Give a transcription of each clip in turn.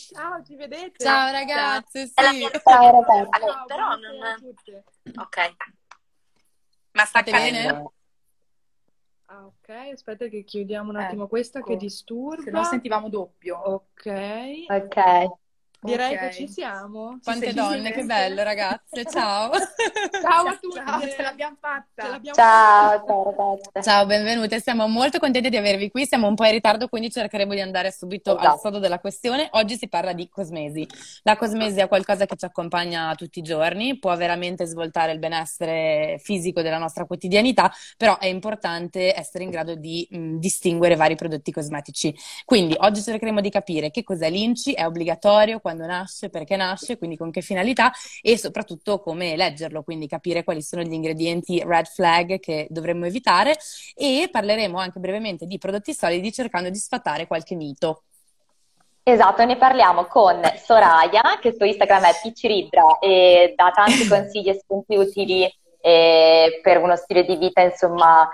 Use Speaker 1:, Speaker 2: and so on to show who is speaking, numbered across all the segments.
Speaker 1: Ciao, ci vedete?
Speaker 2: Ciao ragazze,
Speaker 3: È la
Speaker 2: sì.
Speaker 3: mia
Speaker 4: Ciao ragazzi.
Speaker 1: Ciao,
Speaker 3: però
Speaker 1: buonasera a
Speaker 3: non...
Speaker 1: tutte.
Speaker 3: Ok. Ma sta
Speaker 2: State bene?
Speaker 3: accadendo?
Speaker 1: Ah, ok, aspetta che chiudiamo un attimo questa che
Speaker 5: Ecco, se no
Speaker 1: disturba.
Speaker 5: sentivamo doppio.
Speaker 1: Ok,
Speaker 4: Ok.
Speaker 1: direi
Speaker 5: Ok.
Speaker 1: che ci siamo.
Speaker 2: Quante
Speaker 5: Ci
Speaker 2: donne, che
Speaker 5: sentite?
Speaker 2: bello ragazze, ciao.
Speaker 1: Ciao a tutte.
Speaker 5: Ciao, ce l'abbiamo fatta.
Speaker 1: Ce l'abbiamo
Speaker 4: Ciao, ciao ragazze.
Speaker 2: Ciao, benvenute, siamo molto contenti di avervi qui, siamo un po' in ritardo, quindi cercheremo di andare subito al
Speaker 4: Esatto.
Speaker 2: sodo della questione. Oggi si parla di cosmesi. La cosmesi è qualcosa che ci accompagna tutti i giorni, può veramente svoltare il benessere fisico della nostra quotidianità, però è importante essere in grado di distinguere vari prodotti cosmetici. Quindi oggi cercheremo di capire che cos'è l'INCI, è obbligatorio, quando nasce, perché nasce, quindi con che finalità e soprattutto come leggerlo, quindi capire quali sono gli ingredienti red flag che dovremmo evitare, e parleremo anche brevemente di prodotti solidi cercando di sfatare qualche mito.
Speaker 4: Esatto, ne parliamo con Soraya, che su Instagram è Picciridra e dà tanti consigli e spunti utili per uno stile di vita, insomma,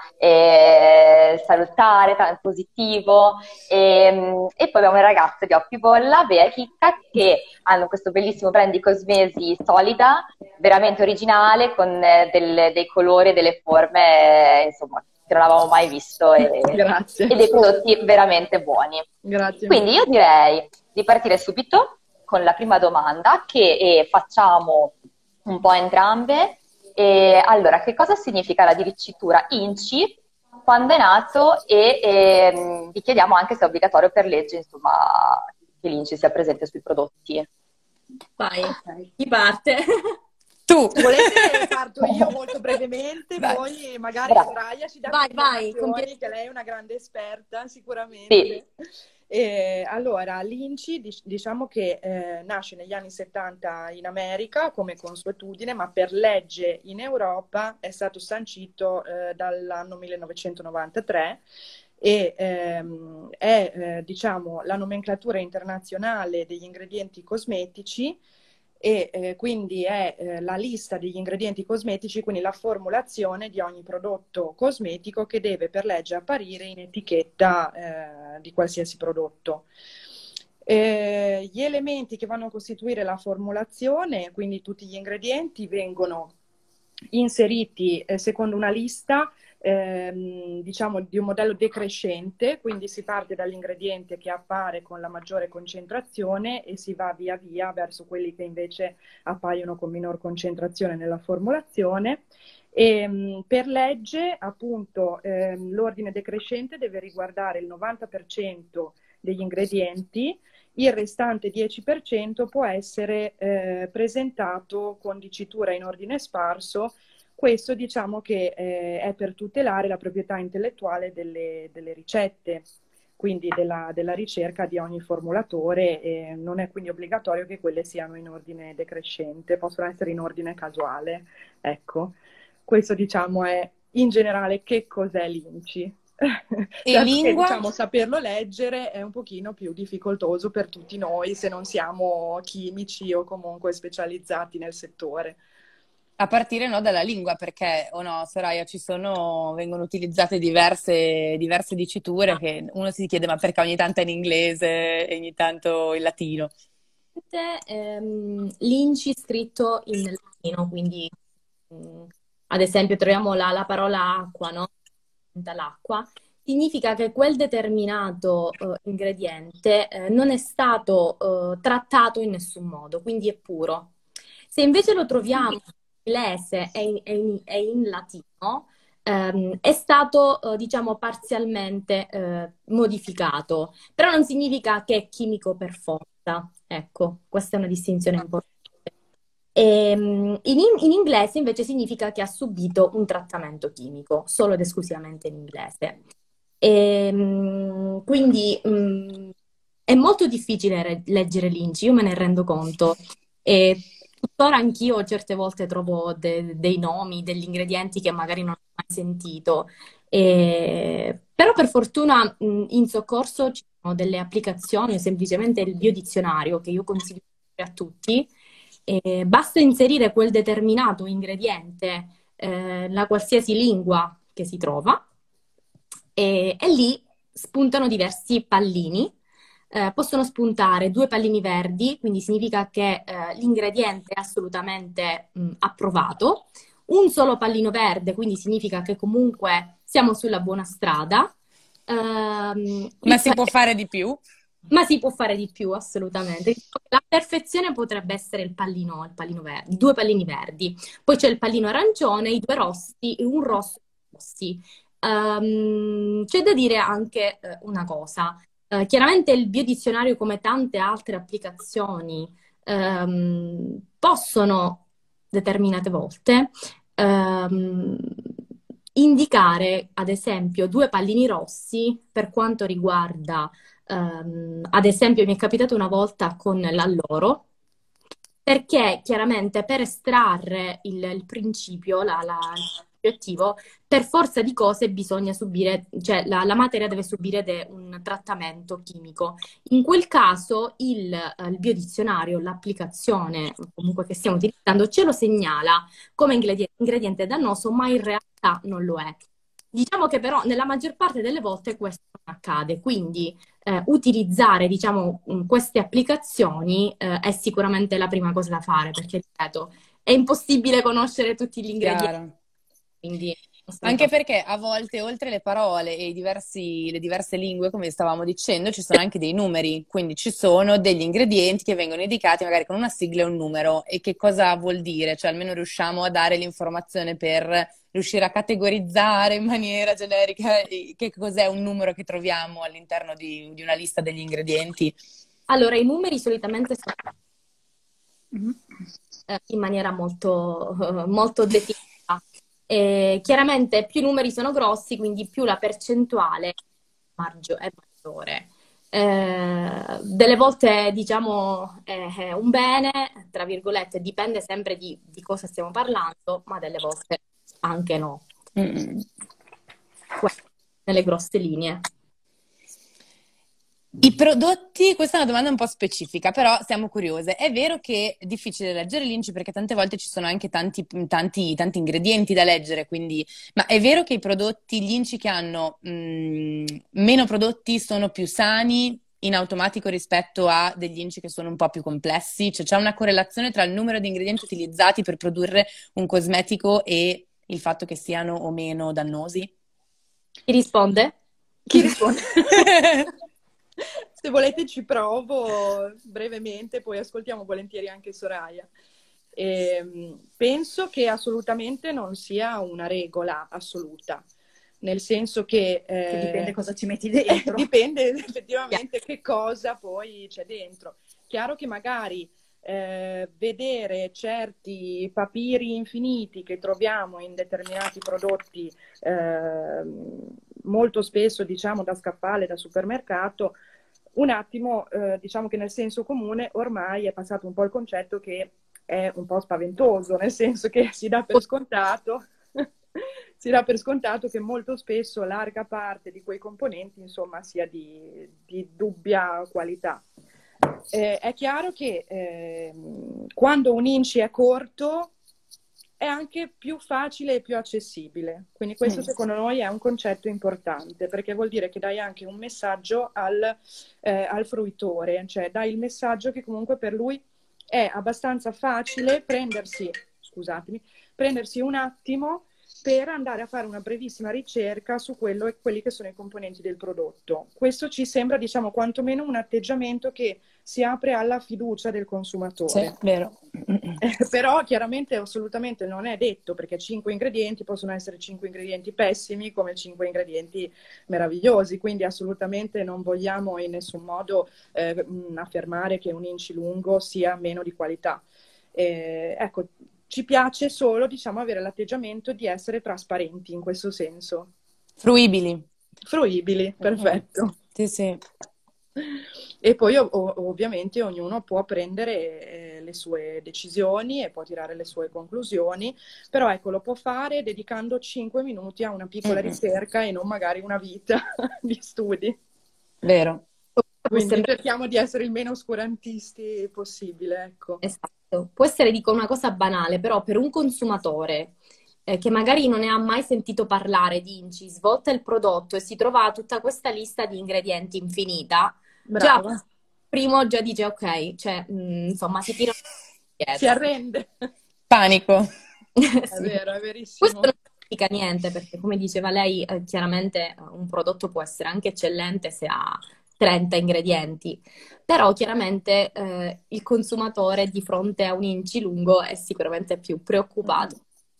Speaker 4: salutare, positivo. E poi abbiamo le ragazze di Occhi Bolla, Bea e Chicca, che hanno questo bellissimo brand di cosmesi solida, veramente originale, con dei colori e delle forme, insomma, che non avevamo mai visto
Speaker 1: Grazie.
Speaker 4: e dei prodotti veramente buoni.
Speaker 1: Grazie
Speaker 4: Quindi
Speaker 1: mille.
Speaker 4: io direi di partire subito con la prima domanda che facciamo un po' entrambe. Allora, che cosa significa la dicitura INCI, quando è nato e vi chiediamo anche se è obbligatorio per legge, insomma, che l'INCI sia presente sui prodotti.
Speaker 3: Vai,
Speaker 5: Ok.
Speaker 3: chi parte?
Speaker 2: Tu!
Speaker 1: Se volete parto io molto brevemente,
Speaker 2: Vai.
Speaker 1: poi magari
Speaker 4: Bravo.
Speaker 1: Soraya ci dà
Speaker 3: Vai,
Speaker 1: più
Speaker 3: vai,
Speaker 1: informazioni, che lei è una grande esperta sicuramente. Allora, l'INCI diciamo che nasce negli anni 70 in America come consuetudine, ma per legge in Europa è stato sancito dall'anno 1993 e è diciamo la nomenclatura internazionale degli ingredienti cosmetici e quindi è la lista degli ingredienti cosmetici, quindi la formulazione di ogni prodotto cosmetico che deve per legge apparire in etichetta di qualsiasi prodotto. Gli elementi che vanno a costituire la formulazione, quindi tutti gli ingredienti, vengono inseriti secondo una lista diciamo di un modello decrescente, quindi si parte dall'ingrediente che appare con la maggiore concentrazione e si va via via verso quelli che invece appaiono con minor concentrazione nella formulazione. Per legge, appunto, l'ordine decrescente deve riguardare il 90% degli ingredienti, il restante 10% può essere presentato con dicitura in ordine sparso. Questo diciamo che è per tutelare la proprietà intellettuale delle ricette, quindi della ricerca di ogni formulatore, e non è quindi obbligatorio che quelle siano in ordine decrescente, possono essere in ordine casuale. Ecco, questo diciamo è in generale che cos'è l'INCI. Certo
Speaker 2: lingua?
Speaker 1: che diciamo saperlo leggere è un pochino più difficoltoso per tutti noi se non siamo chimici o comunque specializzati nel settore.
Speaker 2: A partire no, dalla lingua, perché o no, Soraya, vengono utilizzate diverse diciture che uno si chiede ma perché ogni tanto è in inglese e ogni tanto in latino.
Speaker 3: L'INCI scritto in latino, quindi ad esempio troviamo la parola acqua, no? L'acqua. Significa che quel determinato ingrediente non è stato trattato in nessun modo, quindi è puro. Se invece lo troviamo in inglese e in latino, è stato, diciamo, parzialmente modificato, però non significa che è chimico per forza. Ecco, questa è una distinzione importante. In inglese invece significa che ha subito un trattamento chimico, solo ed esclusivamente in inglese. Quindi è molto difficile leggere l'INCI, io me ne rendo conto. E tuttora anch'io certe volte trovo dei nomi, degli ingredienti che magari non ho mai sentito. Però per fortuna in soccorso ci sono delle applicazioni o semplicemente il biodizionario che io consiglio a tutti. Basta inserire quel determinato ingrediente la qualsiasi lingua che si trova e lì spuntano diversi pallini possono spuntare 2 pallini verdi, quindi significa che l'ingrediente è assolutamente approvato, un solo pallino verde, quindi significa che comunque siamo sulla buona strada.
Speaker 2: Ma si può fare di più?
Speaker 3: Ma si può fare di più, assolutamente. La perfezione potrebbe essere il pallino verde, 2 pallini verdi. Poi c'è il pallino arancione, i 2 rossi, un rosso e 2 rossi. C'è da dire anche una cosa. Chiaramente il biodizionario, come tante altre applicazioni, possono determinate volte ehm, indicare, ad esempio, 2 pallini rossi per quanto riguarda ad esempio, mi è capitato una volta con l'alloro, perché chiaramente per estrarre il principio, l'obiettivo, per forza di cose bisogna subire, cioè la materia deve subire un trattamento chimico. In quel caso il biodizionario, l'applicazione comunque che stiamo utilizzando, ce lo segnala come ingrediente dannoso, ma in realtà non lo è. Diciamo che però nella maggior parte delle volte questo non accade, quindi utilizzare, diciamo, queste applicazioni è sicuramente la prima cosa da fare, perché, ripeto, è impossibile conoscere tutti gli ingredienti,
Speaker 2: Chiaro.
Speaker 3: quindi
Speaker 2: Anche perché a volte, oltre le parole e le diverse lingue, come stavamo dicendo, ci sono anche dei numeri, quindi ci sono degli ingredienti che vengono indicati magari con una sigla e un numero. E che cosa vuol dire? Cioè almeno riusciamo a dare l'informazione per riuscire a categorizzare in maniera generica che cos'è un numero che troviamo all'interno di una lista degli ingredienti.
Speaker 3: Allora, i numeri solitamente sono in maniera molto, molto definita. Chiaramente più i numeri sono grossi, quindi più la percentuale è maggiore. Delle volte diciamo è un bene, tra virgolette, dipende sempre di cosa stiamo parlando, ma delle volte anche no.
Speaker 2: Mm.
Speaker 3: Questo nelle grosse linee.
Speaker 2: I prodotti, questa è una domanda un po' specifica, però siamo curiose. È vero che è difficile leggere l'INCI perché tante volte ci sono anche tanti ingredienti da leggere, quindi... Ma è vero che i prodotti, gli INCI che hanno meno prodotti sono più sani in automatico rispetto a degli INCI che sono un po' più complessi? Cioè c'è una correlazione tra il numero di ingredienti utilizzati per produrre un cosmetico e il fatto che siano o meno dannosi?
Speaker 3: Chi risponde?
Speaker 1: Chi risponde? Se volete ci provo brevemente, poi ascoltiamo volentieri anche Soraya. Penso che assolutamente non sia una regola assoluta, nel senso che
Speaker 5: dipende cosa ci metti dentro.
Speaker 1: Dipende effettivamente che cosa poi c'è dentro. Chiaro che magari vedere certi papiri infiniti che troviamo in determinati prodotti molto spesso, diciamo, da scaffale, da supermercato, un attimo, diciamo che nel senso comune ormai è passato un po' il concetto che è un po' spaventoso, nel senso che si dà per scontato che molto spesso larga parte di quei componenti, insomma, sia di dubbia qualità. È chiaro che quando un INCI è corto è anche più facile e più accessibile. Quindi questo secondo noi è un concetto importante, perché vuol dire che dai anche un messaggio al fruitore, cioè dai il messaggio che comunque per lui è abbastanza facile prendersi un attimo per andare a fare una brevissima ricerca su quelli che sono i componenti del prodotto. Questo ci sembra, diciamo, quantomeno un atteggiamento che si apre alla fiducia del consumatore.
Speaker 2: Sì, vero.
Speaker 1: Però chiaramente assolutamente non è detto, perché 5 ingredienti possono essere 5 ingredienti pessimi come 5 ingredienti meravigliosi, quindi assolutamente non vogliamo in nessun modo affermare che un INCI lungo sia meno di qualità. Ecco, ci piace solo, diciamo, avere l'atteggiamento di essere trasparenti in questo senso.
Speaker 2: Fruibili,
Speaker 1: perfetto.
Speaker 2: Sì, sì.
Speaker 1: E poi ovviamente ognuno può prendere le sue decisioni e può tirare le sue conclusioni, però ecco, lo può fare dedicando 5 minuti a una piccola ricerca e non magari una vita di studi.
Speaker 2: Vero.
Speaker 1: Quindi cerchiamo di essere il meno oscurantisti possibile, ecco.
Speaker 3: Esatto. Può essere, dico, una cosa banale, però per un consumatore che magari non ne ha mai sentito parlare di INCI, svolta il prodotto e si trova tutta questa lista di ingredienti infinita, già
Speaker 1: brava.
Speaker 3: primo già dice ok, cioè, insomma, si tira
Speaker 1: Si
Speaker 3: dietro.
Speaker 1: arrende.
Speaker 2: Panico.
Speaker 1: È
Speaker 3: Sì.
Speaker 1: vero, è
Speaker 3: Questo
Speaker 1: verissimo.
Speaker 3: non significa niente, perché come diceva lei, chiaramente un prodotto può essere anche eccellente se ha 30 ingredienti, però chiaramente il consumatore di fronte a un inci lungo è sicuramente più preoccupato.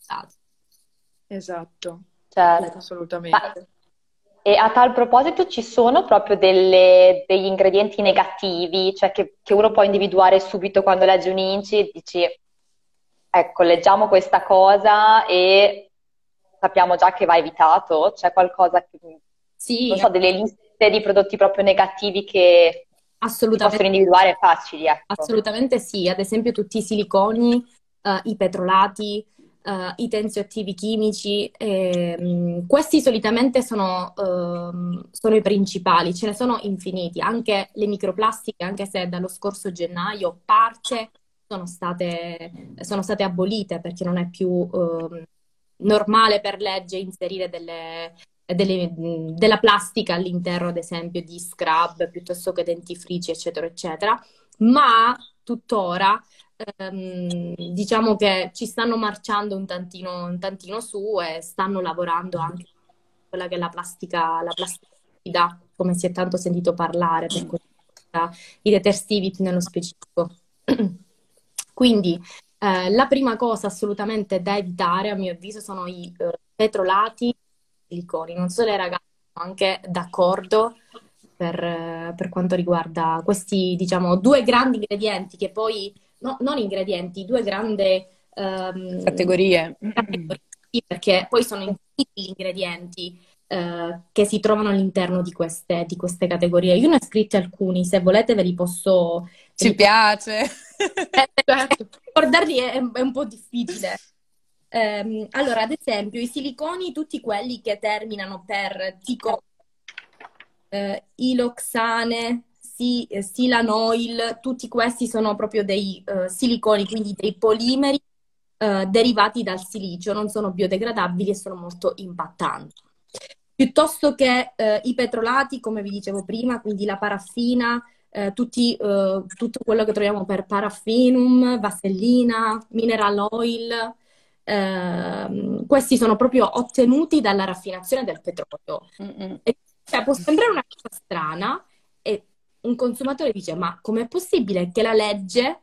Speaker 1: Esatto,
Speaker 4: Certo. Ma
Speaker 1: assolutamente.
Speaker 4: e a tal proposito ci sono proprio degli ingredienti negativi, cioè che uno può individuare subito quando legge un INCI e dici, ecco, leggiamo questa cosa e sappiamo già che va evitato? C'è qualcosa che, non
Speaker 3: Sì,
Speaker 4: so, delle liste di prodotti proprio negativi che si
Speaker 3: assolutamente.
Speaker 4: possono individuare facili, ecco.
Speaker 3: Assolutamente sì, ad esempio tutti i siliconi, i petrolati, i tensioattivi chimici, questi solitamente sono i principali, ce ne sono infiniti, anche le microplastiche, anche se dallo scorso gennaio parte sono state abolite perché non è più normale per legge inserire della plastica all'interno, ad esempio, di scrub piuttosto che dentifrici, eccetera, eccetera, ma tuttora diciamo che ci stanno marciando un tantino su e stanno lavorando anche su quella che è la plastica liquida, come si è tanto sentito parlare per quanto riguarda i detersivi nello specifico. Quindi la prima cosa assolutamente da evitare, a mio avviso, sono i petrolati e i siliconi. Non so se le ragazze sono anche d'accordo per quanto riguarda questi, diciamo, due grandi ingredienti che poi, no, non ingredienti, due grandi
Speaker 2: Categorie.
Speaker 3: categorie, perché poi sono infiniti gli ingredienti che si trovano all'interno di queste categorie. Io ne ho scritti alcuni, se volete ve
Speaker 2: Ci
Speaker 3: li
Speaker 2: piace.
Speaker 1: Certo.
Speaker 3: ricordarli è un po' difficile. Allora, ad esempio, i siliconi, tutti quelli che terminano per tico, iloxane, silanoil, tutti questi sono proprio dei siliconi, quindi dei polimeri derivati dal silicio, non sono biodegradabili e sono molto impattanti. Piuttosto che i petrolati, come vi dicevo prima, quindi la paraffina, tutto quello che troviamo per paraffinum, vasellina, mineral oil, questi sono proprio ottenuti dalla raffinazione del petrolio.
Speaker 2: Mm-mm.
Speaker 3: Cioè, può sembrare una cosa strana e un consumatore dice: ma com'è possibile che la legge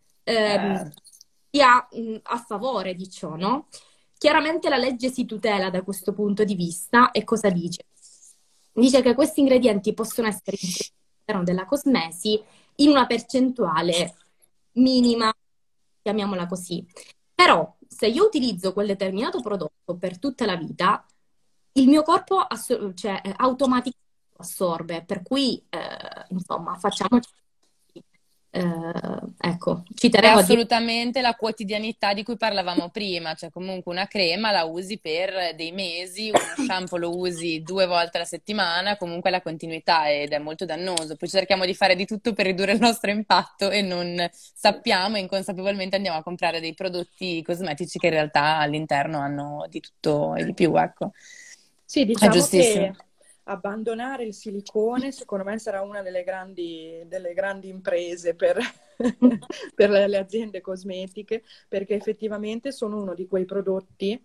Speaker 3: sia a favore di ciò, no? Chiaramente la legge si tutela da questo punto di vista e cosa dice? Dice che questi ingredienti possono essere inseriti all'interno della cosmesi in una percentuale minima, chiamiamola così. Però, se io utilizzo quel determinato prodotto per tutta la vita, il mio corpo cioè, automaticamente assorbe, per cui, insomma, facciamoci, ecco, ci
Speaker 2: È
Speaker 3: tenevo a dire.
Speaker 2: assolutamente la quotidianità di cui parlavamo prima, cioè comunque una crema la usi per dei mesi, uno shampoo lo usi 2 volte alla settimana, comunque la continuità ed è molto dannoso. Poi cerchiamo di fare di tutto per ridurre il nostro impatto e non sappiamo e inconsapevolmente andiamo a comprare dei prodotti cosmetici che in realtà all'interno hanno di tutto e di più, ecco.
Speaker 1: Sì,
Speaker 2: È
Speaker 1: diciamo
Speaker 2: giustissimo.
Speaker 1: che abbandonare il silicone secondo me sarà una delle grandi imprese per le aziende cosmetiche, perché effettivamente sono uno di quei prodotti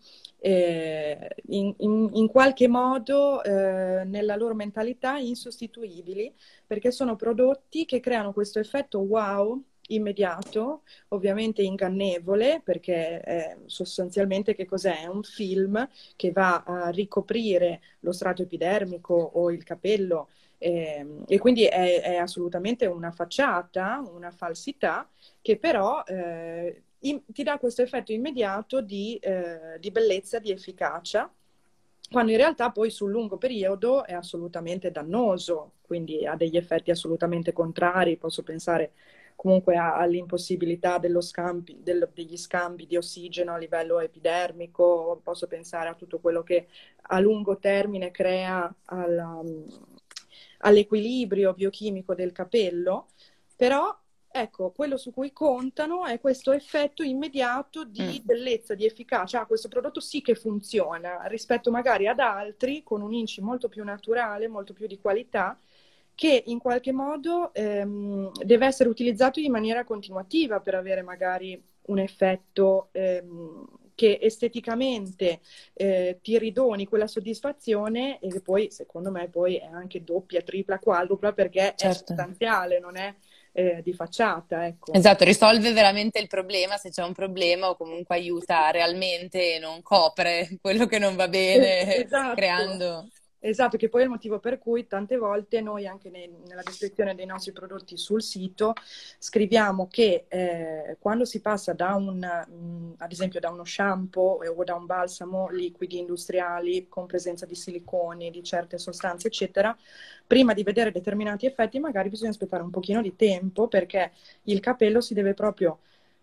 Speaker 1: in qualche modo nella loro mentalità insostituibili, perché sono prodotti che creano questo effetto wow immediato, ovviamente ingannevole, perché sostanzialmente che cos'è? È un film che va a ricoprire lo strato epidermico o il capello e quindi è assolutamente una facciata, una falsità che però ti dà questo effetto immediato di bellezza, di efficacia, quando in realtà poi sul lungo periodo è assolutamente dannoso, quindi ha degli effetti assolutamente contrari. Posso pensare comunque all'impossibilità degli scambi di ossigeno a livello epidermico, posso pensare a tutto quello che a lungo termine crea all'equilibrio biochimico del capello, però ecco, quello su cui contano è questo effetto immediato di bellezza, di efficacia. Ah, questo prodotto sì che funziona rispetto magari ad altri con un inci molto più naturale, molto più di qualità, che in qualche modo deve essere utilizzato in maniera continuativa per avere magari un effetto che esteticamente ti ridoni quella soddisfazione e che poi, secondo me, poi è anche doppia, tripla, quadrupla, perché è
Speaker 2: Certo.
Speaker 1: sostanziale, non è di facciata, ecco.
Speaker 2: Esatto, risolve veramente il problema se c'è un problema o comunque aiuta realmente e non copre quello che non va bene,
Speaker 1: Esatto.
Speaker 2: creando...
Speaker 1: Esatto, che poi è il motivo per cui tante volte noi anche nella descrizione dei nostri prodotti sul sito scriviamo che quando si passa da ad esempio da uno shampoo o da un balsamo liquidi industriali con presenza di siliconi, di certe sostanze, eccetera, prima di vedere determinati effetti magari bisogna aspettare un pochino di tempo perché il capello si deve proprio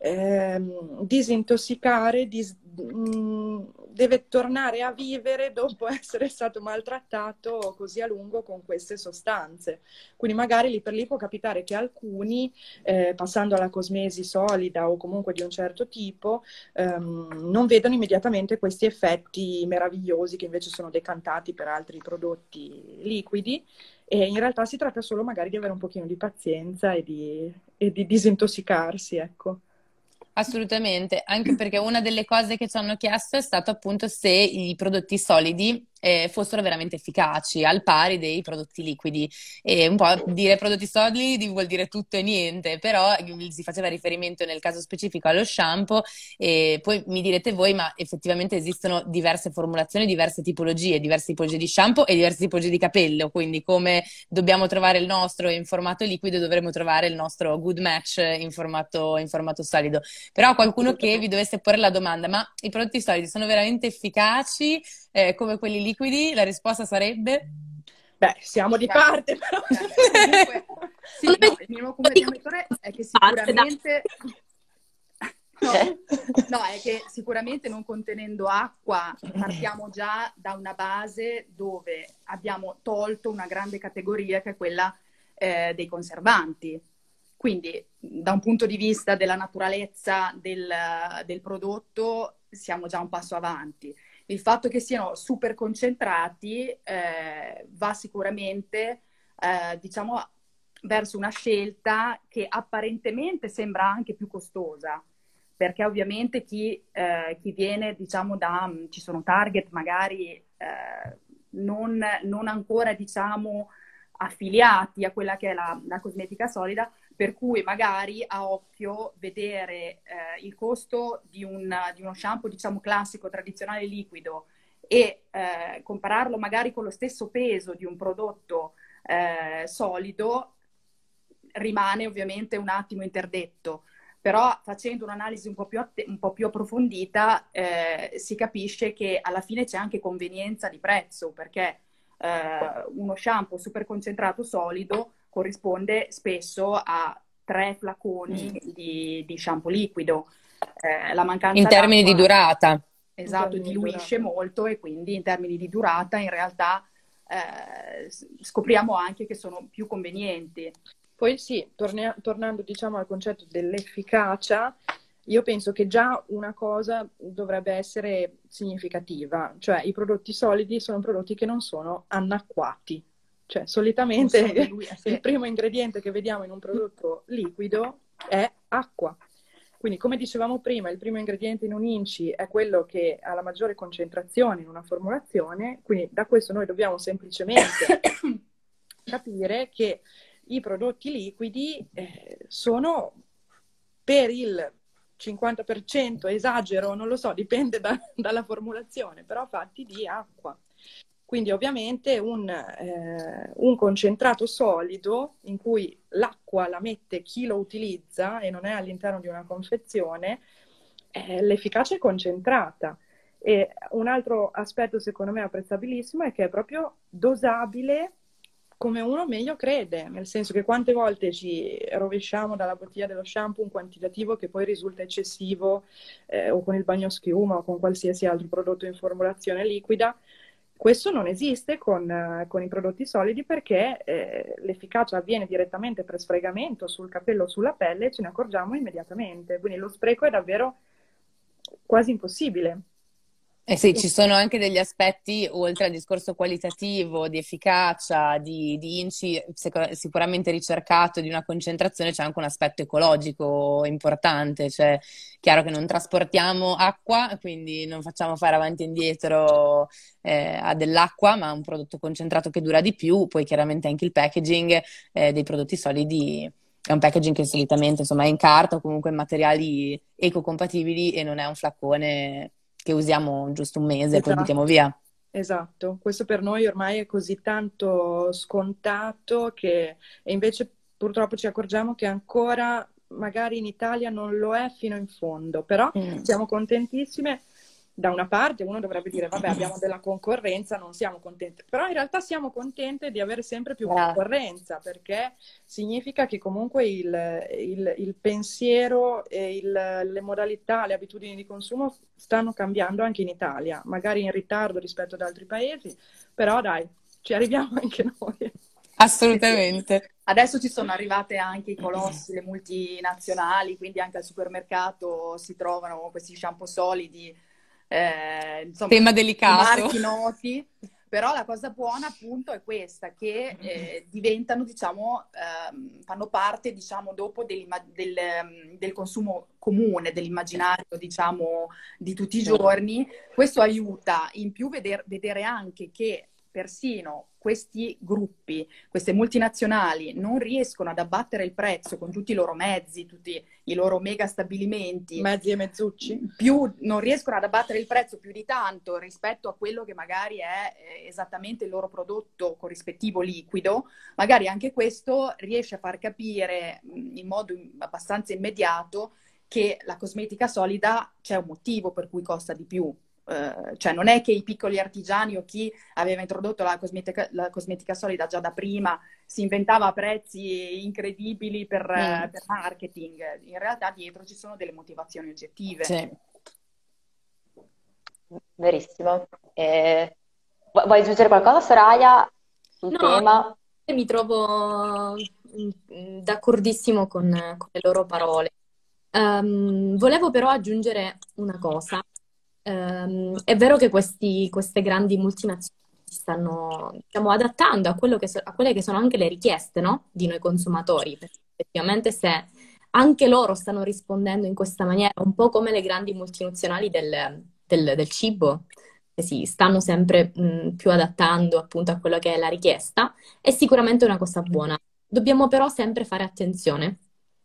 Speaker 1: disintossicare, deve tornare a vivere dopo essere stato maltrattato così a lungo con queste sostanze. Quindi magari lì per lì può capitare che alcuni, passando alla cosmesi solida o comunque di un certo tipo, non vedano immediatamente questi effetti meravigliosi che invece sono decantati per altri prodotti liquidi. E in realtà si tratta solo magari di avere un pochino di pazienza e di disintossicarsi, ecco.
Speaker 2: Assolutamente, anche perché una delle cose che ci hanno chiesto è stato appunto se i prodotti solidi fossero veramente efficaci, al pari dei prodotti liquidi. E un po' dire prodotti solidi vuol dire tutto e niente, però si faceva riferimento nel caso specifico allo shampoo e poi mi direte voi, ma effettivamente esistono diverse formulazioni, diverse tipologie di shampoo e diverse tipologie di capello, quindi come dobbiamo trovare il nostro in formato liquido, dovremmo trovare il nostro good match in formato solido. Però qualcuno che vi dovesse porre la domanda, ma i prodotti solidi sono veramente efficaci come quelli liquidi? La risposta sarebbe?
Speaker 1: Beh, siamo di parte, però.
Speaker 5: Comunque, sì, no, il minimo comune denominatore è che sicuramente... No, è che sicuramente non contenendo acqua partiamo già da una base dove abbiamo tolto una grande categoria che è quella dei conservanti. Quindi da un punto di vista della naturalezza del prodotto siamo già un passo avanti. Il fatto che siano super concentrati va sicuramente, diciamo, verso una scelta che apparentemente sembra anche più costosa, perché ovviamente chi viene, diciamo, ci sono target magari non ancora, diciamo, affiliati a quella che è la cosmetica solida, per cui magari a occhio vedere il costo di uno shampoo, diciamo, classico, tradizionale, liquido e compararlo magari con lo stesso peso di un prodotto solido, rimane ovviamente un attimo interdetto. Però facendo un'analisi un po' più approfondita si capisce che alla fine c'è anche convenienza di prezzo, perché uno shampoo super concentrato solido corrisponde spesso a 3 flaconi di shampoo liquido. La mancanza
Speaker 2: In termini di
Speaker 5: d'acqua,
Speaker 2: durata.
Speaker 5: esatto, diluisce molto e quindi in termini di durata in realtà scopriamo anche che sono più convenienti.
Speaker 1: Poi sì, tornando diciamo al concetto dell'efficacia, io penso che già una cosa dovrebbe essere significativa, cioè i prodotti solidi sono prodotti che non sono annacquati, cioè solitamente il primo ingrediente che vediamo in un prodotto liquido è acqua. Quindi come dicevamo prima, il primo ingrediente in un INCI è quello che ha la maggiore concentrazione in una formulazione, quindi da questo noi dobbiamo semplicemente capire che i prodotti liquidi sono per il 50%, esagero, non lo so, dipende dalla formulazione, però fatti di acqua. Quindi ovviamente un concentrato solido in cui l'acqua la mette chi lo utilizza e non è all'interno di una confezione, l'efficacia è concentrata. E un altro aspetto secondo me apprezzabilissimo è che è proprio dosabile come uno meglio crede, nel senso che quante volte ci rovesciamo dalla bottiglia dello shampoo un quantitativo che poi risulta eccessivo o con il bagnoschiuma o con qualsiasi altro prodotto in formulazione liquida. Questo non esiste con i prodotti solidi perché l'efficacia avviene direttamente per sfregamento sul capello o sulla pelle e ce ne accorgiamo immediatamente, quindi lo spreco è davvero quasi impossibile.
Speaker 2: Eh sì, ci sono anche degli aspetti, oltre al discorso qualitativo, di efficacia, di INCI sicuramente ricercato, di una concentrazione, c'è anche un aspetto ecologico importante, cioè chiaro che non trasportiamo acqua, quindi non facciamo fare avanti e indietro a dell'acqua, ma un prodotto concentrato che dura di più, poi chiaramente anche il packaging dei prodotti solidi. È un packaging che solitamente insomma è in carta o comunque in materiali ecocompatibili e non è un flacone che usiamo giusto un mese e poi buttiamo
Speaker 1: Esatto,
Speaker 2: via.
Speaker 1: esatto. Questo per noi ormai è così tanto scontato che e invece purtroppo ci accorgiamo che ancora magari in Italia non lo è fino in fondo, però
Speaker 2: Mm.
Speaker 1: siamo contentissime. Da una parte uno dovrebbe dire, vabbè, abbiamo della concorrenza, non siamo contenti, però in realtà siamo contente di avere sempre più
Speaker 4: Brava.
Speaker 1: concorrenza, perché significa che comunque il pensiero e le modalità, le abitudini di consumo stanno cambiando anche in Italia, magari in ritardo rispetto ad altri paesi, però dai, ci arriviamo anche noi.
Speaker 2: Assolutamente.
Speaker 5: Adesso ci sono arrivate anche i colossi, le multinazionali, quindi anche al supermercato si trovano questi shampoo solidi, insomma,
Speaker 2: Tema
Speaker 5: i
Speaker 2: delicato.
Speaker 5: marchi noti. Però la cosa buona appunto è questa, che diventano, diciamo, fanno parte, diciamo, dopo del consumo comune, dell'immaginario, diciamo, di tutti i giorni. Questo aiuta in più vedere anche che persino questi gruppi, queste multinazionali non riescono ad abbattere il prezzo con tutti i loro mezzi, tutti i loro mega stabilimenti,
Speaker 1: Mezzi e mezzucci.
Speaker 5: più non riescono ad abbattere il prezzo più di tanto rispetto a quello che magari è esattamente il loro prodotto corrispettivo liquido, magari anche questo riesce a far capire in modo abbastanza immediato che la cosmetica solida c'è un motivo per cui costa di più. Cioè non è che i piccoli artigiani o chi aveva introdotto la cosmetica solida già da prima si inventava prezzi incredibili per marketing. In realtà dietro ci sono delle motivazioni oggettive.
Speaker 2: Sì.
Speaker 4: Verissimo. Vuoi aggiungere qualcosa, Soraya, sul
Speaker 3: No,
Speaker 4: tema?
Speaker 3: mi trovo d'accordissimo con le loro parole. Volevo però aggiungere una cosa. È vero che queste grandi multinazionali si stanno, diciamo, adattando a a quelle che sono anche le richieste, no? Di noi consumatori, perché effettivamente se anche loro stanno rispondendo in questa maniera, un po' come le grandi multinazionali del cibo, che si stanno sempre più adattando appunto a quello che è la richiesta, è sicuramente una cosa buona. Dobbiamo però sempre fare attenzione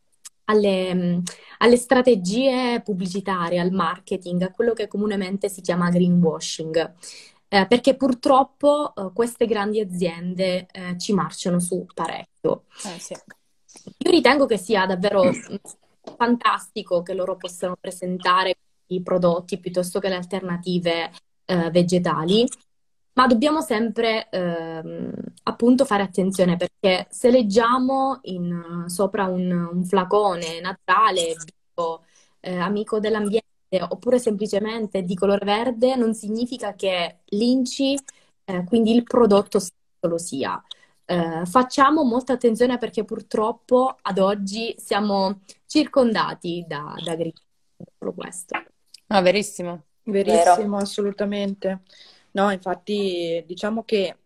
Speaker 3: alle strategie pubblicitarie, al marketing, a quello che comunemente si chiama greenwashing, perché purtroppo queste grandi aziende ci marciano su parecchio.
Speaker 2: Sì.
Speaker 3: Io ritengo che sia davvero fantastico che loro possano presentare i prodotti piuttosto che le alternative vegetali, ma dobbiamo sempre appunto fare attenzione perché se leggiamo sopra un flacone naturale, bio, amico dell'ambiente oppure semplicemente di colore verde, non significa che l'INCI, quindi il prodotto stesso lo sia. Facciamo molta attenzione perché purtroppo ad oggi siamo circondati da grigi. Solo questo.
Speaker 2: Ah, verissimo.
Speaker 1: Verissimo, assolutamente. No, infatti diciamo che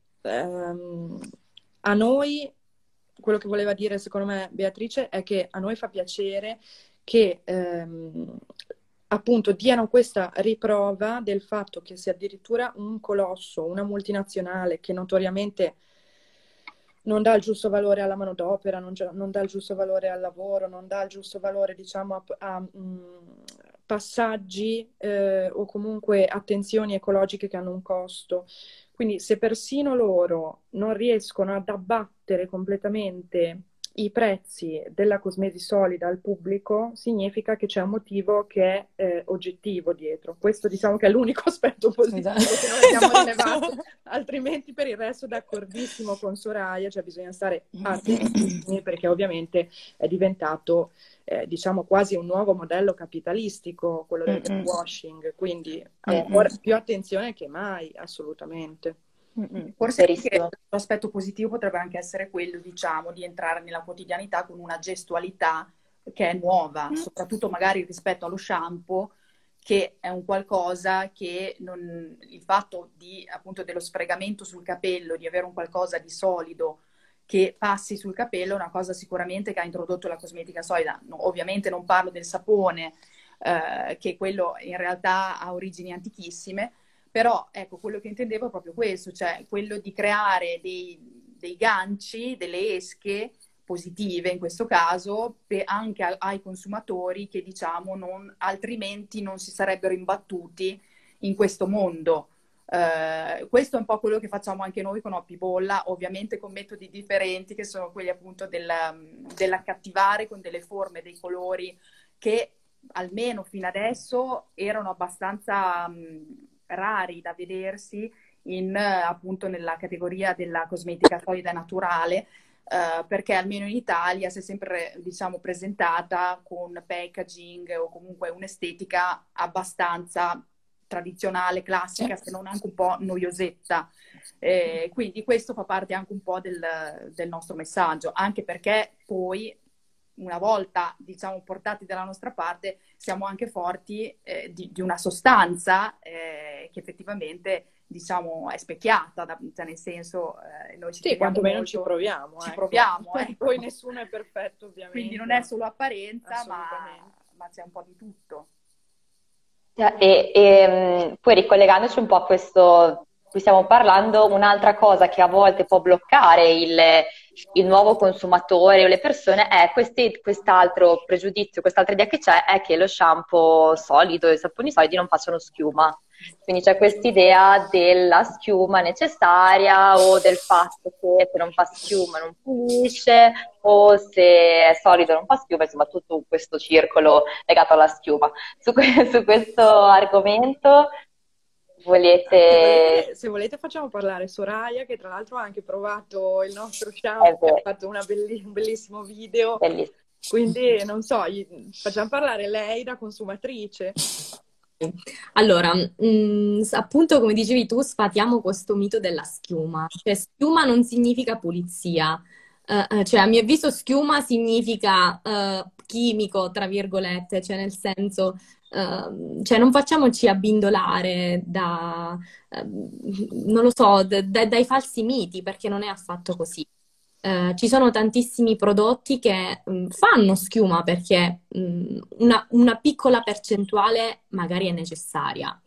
Speaker 1: a noi, quello che voleva dire secondo me Beatrice è che a noi fa piacere che appunto diano questa riprova del fatto che se addirittura un colosso, una multinazionale che notoriamente non dà il giusto valore alla manodopera, non dà il giusto valore al lavoro, non dà il giusto valore, diciamo, a passaggi o comunque attenzioni ecologiche che hanno un costo. Quindi se persino loro non riescono ad abbattere completamente i prezzi della cosmesi solida al pubblico, significa che c'è un motivo che è oggettivo dietro. Questo diciamo che è l'unico aspetto positivo che noi abbiamo rilevato, altrimenti per il resto d'accordissimo con Soraya, cioè bisogna stare attentissimi perché ovviamente è diventato diciamo quasi un nuovo modello capitalistico quello del greenwashing, quindi ancora più attenzione che mai, assolutamente.
Speaker 5: Forse anche l'aspetto positivo potrebbe anche essere quello, diciamo, di entrare nella quotidianità con una gestualità che è nuova, soprattutto magari rispetto allo shampoo, che è un qualcosa che il fatto appunto dello sfregamento sul capello, di avere un qualcosa di solido che passi sul capello, è una cosa sicuramente che ha introdotto la cosmetica solida. Ovviamente non parlo del sapone, che quello in realtà ha origini antichissime, però ecco, quello che intendevo è proprio questo, cioè quello di creare dei ganci, delle esche positive in questo caso, anche ai consumatori che diciamo altrimenti non si sarebbero imbattuti in questo mondo. Questo è un po' quello che facciamo anche noi con Oppi Bolla, ovviamente con metodi differenti, che sono quelli appunto dell'accattivare con delle forme, dei colori che almeno fino adesso erano abbastanza rari da vedersi appunto nella categoria della cosmetica solida naturale, perché almeno in Italia si è sempre, diciamo, presentata con packaging o comunque un'estetica abbastanza tradizionale, classica, se non anche un po' noiosetta. Quindi questo fa parte anche un po' del nostro messaggio, anche perché poi, una volta, diciamo, portati dalla nostra parte, siamo anche forti di una sostanza che effettivamente, diciamo, è specchiata, cioè nel senso, noi ci
Speaker 1: quantomeno
Speaker 5: molto,
Speaker 1: ci proviamo.
Speaker 5: Ci proviamo,
Speaker 1: Poi nessuno è perfetto, ovviamente.
Speaker 5: Quindi non è solo apparenza, ma c'è un po' di tutto.
Speaker 4: Poi ricollegandoci un po' a questo, qui stiamo parlando, un'altra cosa che a volte può bloccare il nuovo consumatore o le persone è quest'altro pregiudizio, quest'altra idea che c'è, è che lo shampoo solido e i saponi solidi non facciano schiuma. Quindi c'è quest'idea della schiuma necessaria o del fatto che se non fa schiuma non pulisce o se è solido non fa schiuma, insomma tutto questo circolo legato alla schiuma. Su questo argomento
Speaker 1: se volete facciamo parlare Soraya, che tra l'altro ha anche provato il nostro shampoo, ha fatto un bellissimo video.
Speaker 4: Bellissimo.
Speaker 1: Quindi non so, facciamo parlare lei da consumatrice.
Speaker 3: Allora, appunto come dicevi tu, sfatiamo questo mito della schiuma. Cioè, schiuma non significa pulizia. Cioè, a mio avviso schiuma significa chimico, tra virgolette, cioè nel senso, cioè non facciamoci abbindolare non lo so, dai falsi miti, perché non è affatto così. Ci sono tantissimi prodotti che fanno schiuma perché una piccola percentuale magari è necessaria.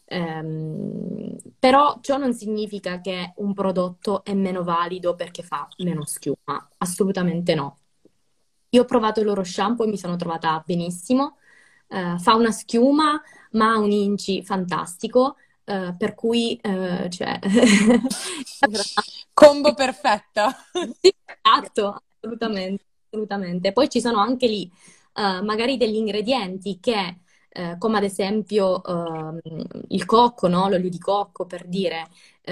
Speaker 3: Però ciò non significa che un prodotto è meno valido perché fa meno schiuma, assolutamente no. Io ho provato il loro shampoo e mi sono trovata benissimo, fa una schiuma ma ha un inci fantastico, per cui cioè...
Speaker 2: Combo perfetta.
Speaker 3: Sì, esatto, assolutamente. Poi ci sono anche lì magari degli ingredienti che come ad esempio il cocco, no? L'olio di cocco, per dire,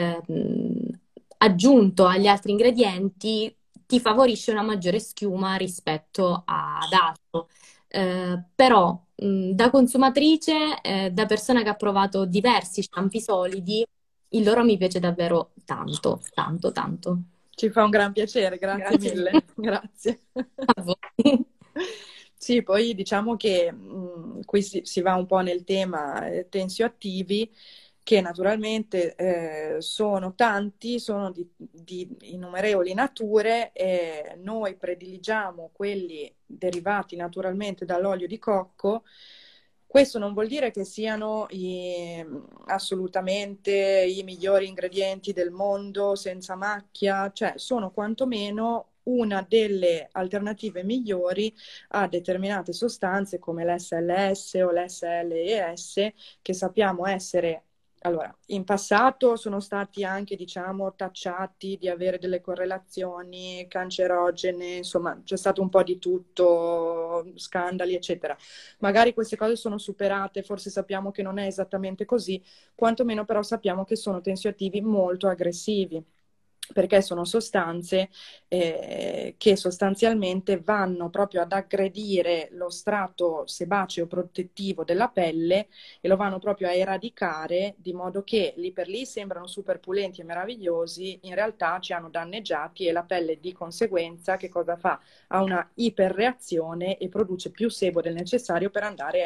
Speaker 3: aggiunto agli altri ingredienti ti favorisce una maggiore schiuma rispetto ad altro. Però da consumatrice, da persona che ha provato diversi shampoo solidi, il loro mi piace davvero tanto, tanto, tanto.
Speaker 1: Ci fa un gran piacere, grazie mille. Grazie.
Speaker 3: A voi.
Speaker 1: Sì, poi diciamo che qui si va un po' nel tema tensioattivi, che naturalmente sono tanti, sono di innumerevoli nature, e noi prediligiamo quelli derivati naturalmente dall'olio di cocco. Questo non vuol dire che siano assolutamente i migliori ingredienti del mondo, senza macchia, cioè sono quantomeno una delle alternative migliori a determinate sostanze come l'SLS o l'SLES, che sappiamo essere... Allora, in passato sono stati anche, diciamo, tacciati di avere delle correlazioni cancerogene, insomma, c'è stato un po' di tutto, scandali, eccetera. Magari queste cose sono superate, forse sappiamo che non è esattamente così, quantomeno però sappiamo che sono tensioattivi molto aggressivi, perché sono sostanze che sostanzialmente vanno proprio ad aggredire lo strato sebaceo protettivo della pelle e lo vanno proprio a eradicare, di modo che lì per lì sembrano super pulenti e meravigliosi, in realtà ci hanno danneggiati e la pelle di conseguenza che cosa fa? Ha una iperreazione e produce più sebo del necessario per andare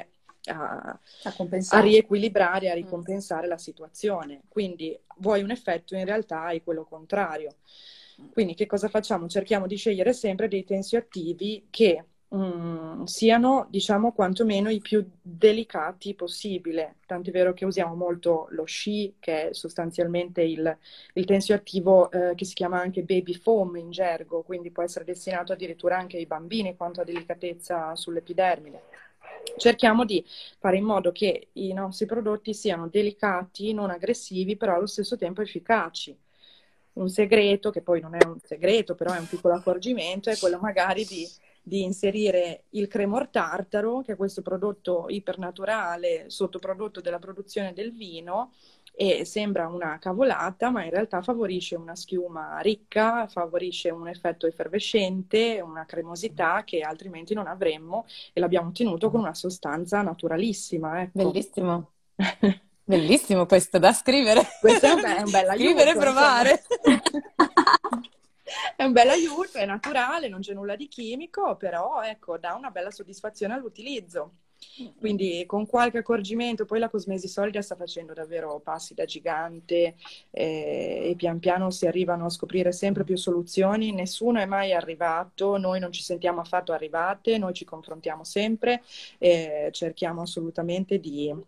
Speaker 1: a
Speaker 5: A
Speaker 1: a
Speaker 5: compensare.
Speaker 1: riequilibrare, a ricompensare la situazione. Quindi vuoi un effetto, in realtà hai quello contrario. Quindi che cosa facciamo? Cerchiamo di scegliere sempre dei tensioattivi che siano, diciamo, quantomeno i più delicati possibile. Tant'è vero che usiamo molto lo SHEA, che è sostanzialmente il tensioattivo che si chiama anche baby foam in gergo, quindi può essere destinato addirittura anche ai bambini quanto a delicatezza sull'epidermide. Cerchiamo di fare in modo che i nostri prodotti siano delicati, non aggressivi, però allo stesso tempo efficaci. Un segreto, che poi non è un segreto, però è un piccolo accorgimento, è quello magari di inserire il cremor tartaro, che è questo prodotto ipernaturale, sottoprodotto della produzione del vino, e sembra una cavolata, ma in realtà favorisce una schiuma ricca, favorisce un effetto effervescente, una cremosità che altrimenti non avremmo e l'abbiamo ottenuto con una sostanza naturalissima, ecco.
Speaker 2: Bellissimo. Bellissimo questo, da scrivere.
Speaker 1: Questo è un bel
Speaker 2: Scrivere e
Speaker 1: aiuto,
Speaker 2: provare.
Speaker 1: È un bel aiuto, è naturale, non c'è nulla di chimico, però ecco, dà una bella soddisfazione all'utilizzo. Quindi con qualche accorgimento, poi la Cosmesi Solida sta facendo davvero passi da gigante e pian piano si arrivano a scoprire sempre più soluzioni. Nessuno è mai arrivato, noi non ci sentiamo affatto arrivate, noi ci confrontiamo sempre e cerchiamo assolutamente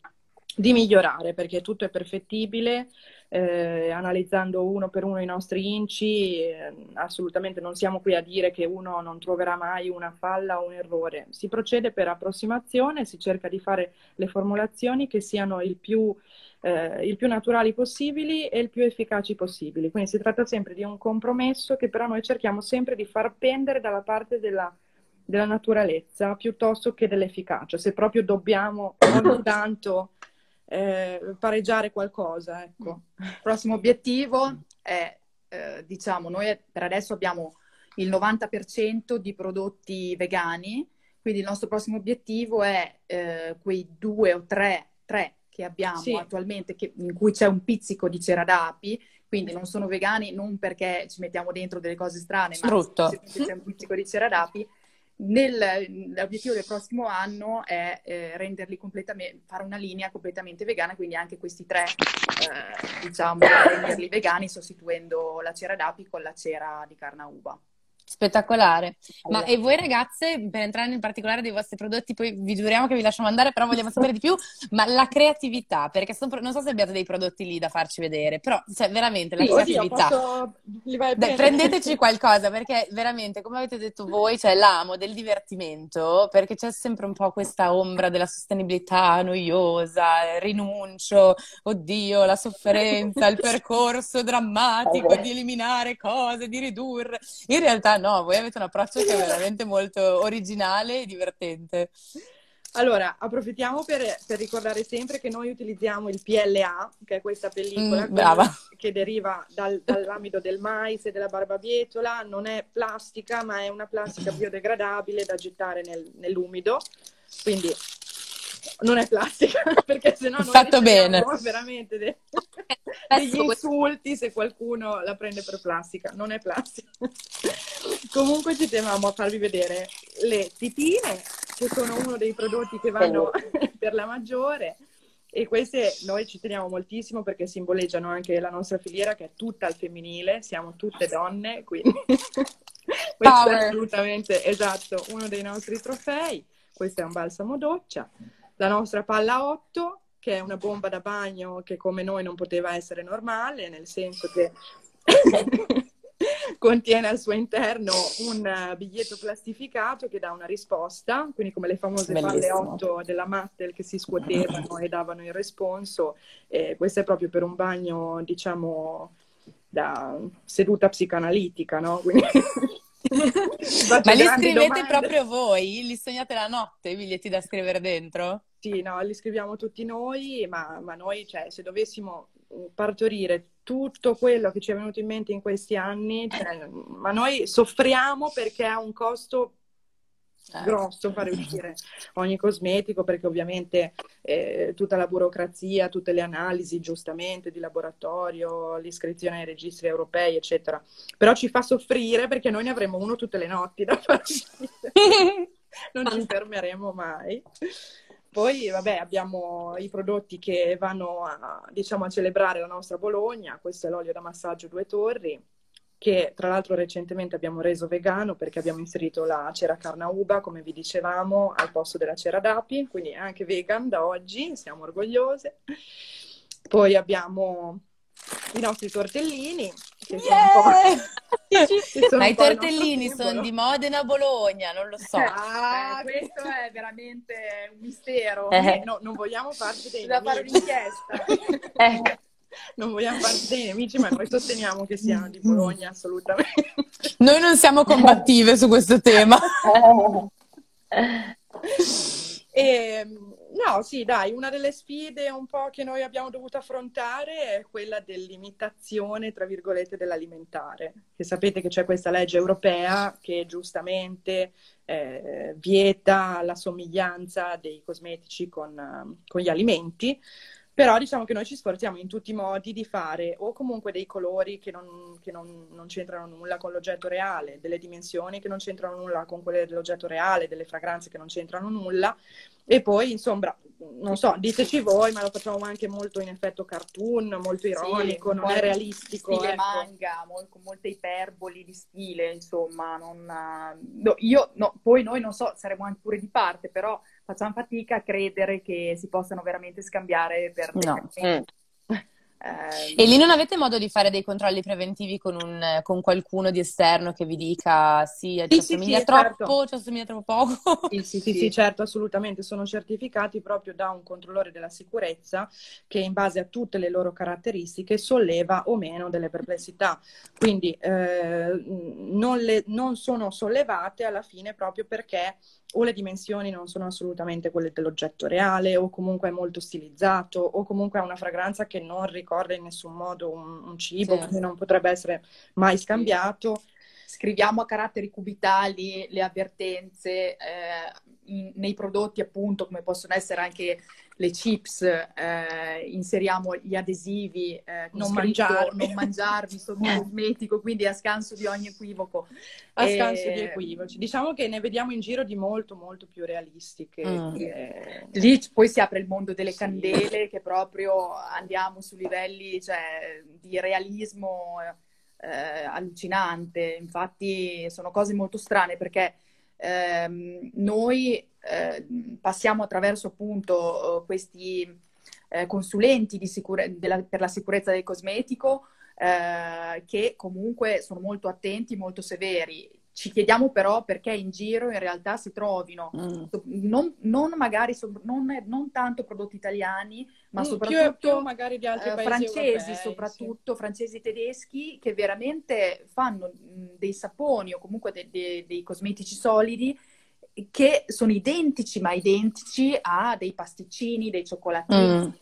Speaker 1: di migliorare perché tutto è perfettibile. Analizzando uno per uno i nostri inci, assolutamente non siamo qui a dire che uno non troverà mai una falla o un errore. Si procede per approssimazione, si cerca di fare le formulazioni che siano il più naturali possibili e il più efficaci possibili. Quindi si tratta sempre di un compromesso che però noi cerchiamo sempre di far pendere dalla parte della naturalezza piuttosto che dell'efficacia. Se proprio dobbiamo ogni tanto pareggiare qualcosa, ecco.
Speaker 5: Il prossimo obiettivo è, diciamo, noi per adesso abbiamo il 90% di prodotti vegani, quindi il nostro prossimo obiettivo è quei 2 o 3 che abbiamo
Speaker 1: Sì.
Speaker 5: attualmente, in cui c'è un pizzico di cera d'api, quindi non sono vegani non perché ci mettiamo dentro delle cose strane, ma
Speaker 2: Brutto.
Speaker 5: semplicemente c'è un pizzico di cera d'api. L'obiettivo del prossimo anno è renderli completamente, fare una linea completamente vegana, quindi anche questi 3, diciamo, renderli vegani sostituendo la cera d'api con la cera di carne a uva.
Speaker 2: Spettacolare. Ma e voi ragazze, per entrare nel particolare dei vostri prodotti, poi vi giuriamo che vi lasciamo andare, però vogliamo sapere di più, ma la creatività, perché non so se abbiate dei prodotti lì da farci vedere, però cioè, veramente la
Speaker 1: Sì, oddio,
Speaker 2: creatività.
Speaker 1: li vai a
Speaker 2: Dai,
Speaker 1: prendere?
Speaker 2: prendeteci qualcosa, perché veramente, come avete detto voi, cioè l'amo del divertimento, perché c'è sempre un po' questa ombra della sostenibilità noiosa, rinuncio, oddio, la sofferenza, il percorso drammatico di eliminare cose, di ridurre. In realtà no, voi avete un approccio che è veramente molto originale e divertente.
Speaker 1: Allora, approfittiamo per ricordare sempre che noi utilizziamo il PLA, che è questa pellicola
Speaker 2: brava.
Speaker 1: che deriva dall'amido del mais e della barbabietola. Non è plastica, ma è una plastica biodegradabile da gettare nell'umido. Quindi non è plastica, perché sennò noi
Speaker 2: Fatto bene.
Speaker 1: veramente degli insulti se qualcuno la prende per plastica. Non è plastica. Comunque ci tenevamo a farvi vedere le titine, che sono uno dei prodotti che vanno per la maggiore, e queste noi ci teniamo moltissimo perché simboleggiano anche la nostra filiera, che è tutta al femminile, siamo tutte donne, quindi questo è assolutamente, esatto, uno dei nostri trofei. Questo è un balsamo doccia, la nostra palla 8, che è una bomba da bagno che come noi non poteva essere normale, nel senso che contiene al suo interno un biglietto plastificato che dà una risposta, quindi come le famose palle 8 della Mattel che si scuotevano e davano il responso. Questo è proprio per un bagno, diciamo, da seduta psicanalitica, no? Quindi...
Speaker 2: Ma li scrivete proprio voi? Li sognate la notte, i biglietti da scrivere dentro?
Speaker 1: Sì, no, li scriviamo tutti noi, ma noi, cioè, se dovessimo partorire tutto quello che ci è venuto in mente in questi anni, cioè, ma noi soffriamo perché ha un costo grosso fare uscire ogni cosmetico, perché ovviamente tutta la burocrazia, tutte le analisi giustamente di laboratorio, l'iscrizione ai registri europei, eccetera, però ci fa soffrire perché noi ne avremo uno tutte le notti da fare. Non ci fermeremo mai. Poi, vabbè, abbiamo i prodotti che vanno a, diciamo, a celebrare la nostra Bologna. Questo è l'olio da massaggio Due Torri, che tra l'altro recentemente abbiamo reso vegano perché abbiamo inserito la cera carnauba, come vi dicevamo, al posto della cera d'api, quindi è anche vegan da oggi, siamo orgogliose. Poi abbiamo i nostri tortellini, che sono un po'... che sono
Speaker 2: Ma
Speaker 1: un
Speaker 2: i
Speaker 1: po' il nostro
Speaker 2: tortellini sono
Speaker 1: simbolo.
Speaker 2: di Modena, Bologna, non lo so.
Speaker 5: Questo è veramente un mistero.
Speaker 1: No, non vogliamo farci dei
Speaker 5: Bisogna fare
Speaker 1: nemici.
Speaker 5: un'inchiesta.
Speaker 1: Non vogliamo farci dei nemici, ma noi sosteniamo che siano di Bologna assolutamente.
Speaker 2: Noi non siamo combattive su questo tema.
Speaker 1: No, sì, dai, una delle sfide un po' che noi abbiamo dovuto affrontare è quella dell'imitazione, tra virgolette, dell'alimentare. Che sapete che c'è questa legge europea che giustamente vieta la somiglianza dei cosmetici con gli alimenti. Però diciamo che noi ci sforziamo in tutti i modi di fare o comunque dei colori che non c'entrano nulla con l'oggetto reale, delle dimensioni che non c'entrano nulla con quelle dell'oggetto reale, delle fragranze che non c'entrano nulla. E poi, insomma, non so, diteci voi, ma lo facciamo anche molto in effetto cartoon, molto ironico, non è realistico.
Speaker 5: Stile
Speaker 1: ecco.
Speaker 5: manga, con molte iperboli di stile, insomma. Poi noi non so, saremo anche pure di parte, però facciamo fatica a credere che si possano veramente scambiare per...
Speaker 2: No. E lì non avete modo di fare dei controlli preventivi con qualcuno di esterno che vi dica ci assomiglia troppo, ci assomiglia troppo poco?
Speaker 1: Sì, certo, assolutamente. Sono certificati proprio da un controllore della sicurezza che in base a tutte le loro caratteristiche solleva o meno delle perplessità. Quindi non sono sollevate alla fine proprio perché o le dimensioni non sono assolutamente quelle dell'oggetto reale, o comunque è molto stilizzato, o comunque ha una fragranza che non ricorda in nessun modo un cibo, che non potrebbe essere mai scambiato.
Speaker 5: Scriviamo a caratteri cubitali le avvertenze nei prodotti, appunto, come possono essere anche le chips, inseriamo gli adesivi,
Speaker 1: non
Speaker 5: mangiarvi sotto cosmetico, quindi a scanso di ogni equivoco.
Speaker 1: A scanso di equivoci. Diciamo che ne vediamo in giro di molto, molto più realistiche.
Speaker 5: Lì poi si apre il mondo delle candele, che proprio andiamo su livelli, cioè, di realismo allucinante. Infatti sono cose molto strane perché noi passiamo attraverso appunto questi consulenti per la sicurezza del cosmetico che comunque sono molto attenti, molto severi. Ci chiediamo però perché in giro in realtà si trovino non magari non tanto prodotti italiani, ma soprattutto
Speaker 1: più magari di altri paesi
Speaker 5: francesi,
Speaker 1: europei,
Speaker 5: soprattutto francesi e tedeschi, che veramente fanno dei saponi o comunque dei cosmetici solidi che sono identici, ma identici a dei pasticcini, dei cioccolatini.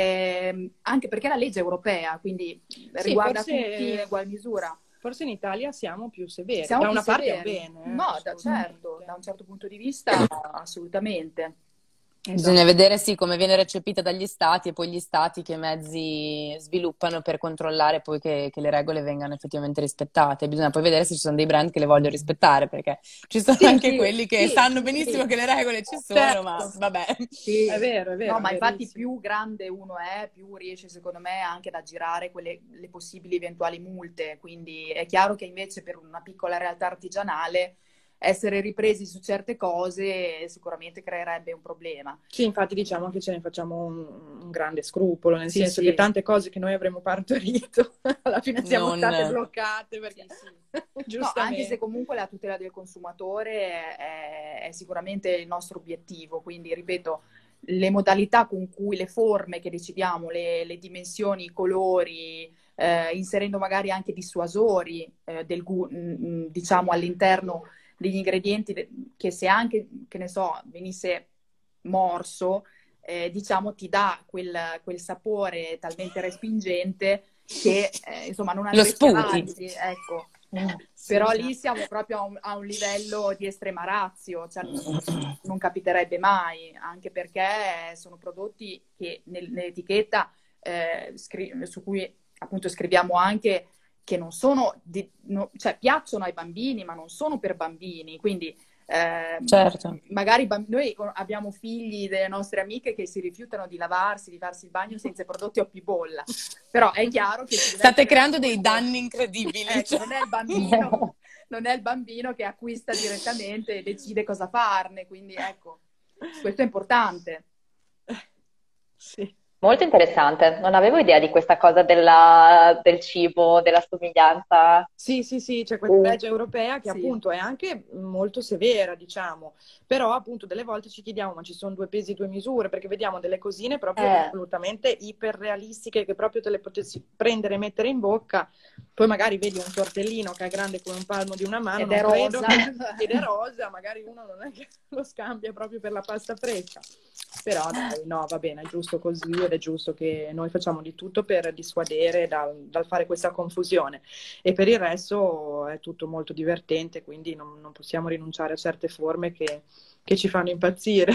Speaker 5: Anche perché la legge è europea, quindi riguarda tutti in ugual misura.
Speaker 1: Forse in Italia siamo più severi. Da una parte è bene.
Speaker 5: No, certo, da un certo punto di vista assolutamente.
Speaker 2: Bisogna vedere come viene recepita dagli stati e poi gli stati che mezzi sviluppano per controllare poi che le regole vengano effettivamente rispettate. Bisogna poi vedere se ci sono dei brand che le vogliono rispettare, perché ci sono anche quelli che sanno benissimo che le regole ci sono, ma vabbè.
Speaker 5: Sì.
Speaker 1: È vero.
Speaker 5: No, ma infatti più grande uno è, più riesce secondo me anche ad aggirare le possibili eventuali multe. Quindi è chiaro che invece per una piccola realtà artigianale essere ripresi su certe cose sicuramente creerebbe un problema.
Speaker 1: Sì, infatti diciamo che ce ne facciamo un grande scrupolo, nel senso che tante cose che noi avremmo partorito alla fine siamo state bloccate perché
Speaker 5: no, anche se comunque la tutela del consumatore è sicuramente il nostro obiettivo, quindi ripeto, le modalità con cui, le forme che decidiamo, le dimensioni, i colori, inserendo magari anche dissuasori diciamo all'interno degli ingredienti, che se anche, che ne so, venisse morso, diciamo ti dà quel sapore talmente respingente che insomma non andresti avanti, ecco. Però lì siamo proprio a un livello di estrema ratio, cioè non capiterebbe mai, anche perché sono prodotti che nell'etichetta su cui appunto scriviamo anche che non sono, cioè piacciono ai bambini, ma non sono per bambini, quindi
Speaker 2: Certo.
Speaker 5: Magari noi abbiamo figli delle nostre amiche che si rifiutano di lavarsi, di farsi il bagno senza i prodotti Oppibolla, però è chiaro che
Speaker 2: state creando dei danni incredibili.
Speaker 5: Ecco, non è il bambino che acquista direttamente e decide cosa farne, quindi ecco, questo è importante.
Speaker 1: Sì.
Speaker 4: Molto interessante, non avevo idea di questa cosa del cibo, della somiglianza.
Speaker 1: Sì, c'è questa legge europea che
Speaker 5: Sì.
Speaker 1: appunto è anche molto severa, diciamo, però appunto delle volte ci chiediamo ma ci sono due pesi, due misure, perché vediamo delle cosine proprio assolutamente iperrealistiche che proprio te le potessi prendere e mettere in bocca, poi magari vedi un tortellino che è grande come un palmo di una mano,
Speaker 5: Ed è
Speaker 1: non credo,
Speaker 5: rosa.
Speaker 1: ed è rosa, magari uno non è che lo scambia proprio per la pasta fresca. Però dai, no, va bene, è giusto così ed è giusto che noi facciamo di tutto per dissuadere dal fare questa confusione. E per il resto è tutto molto divertente, quindi non possiamo rinunciare a certe forme che ci fanno impazzire.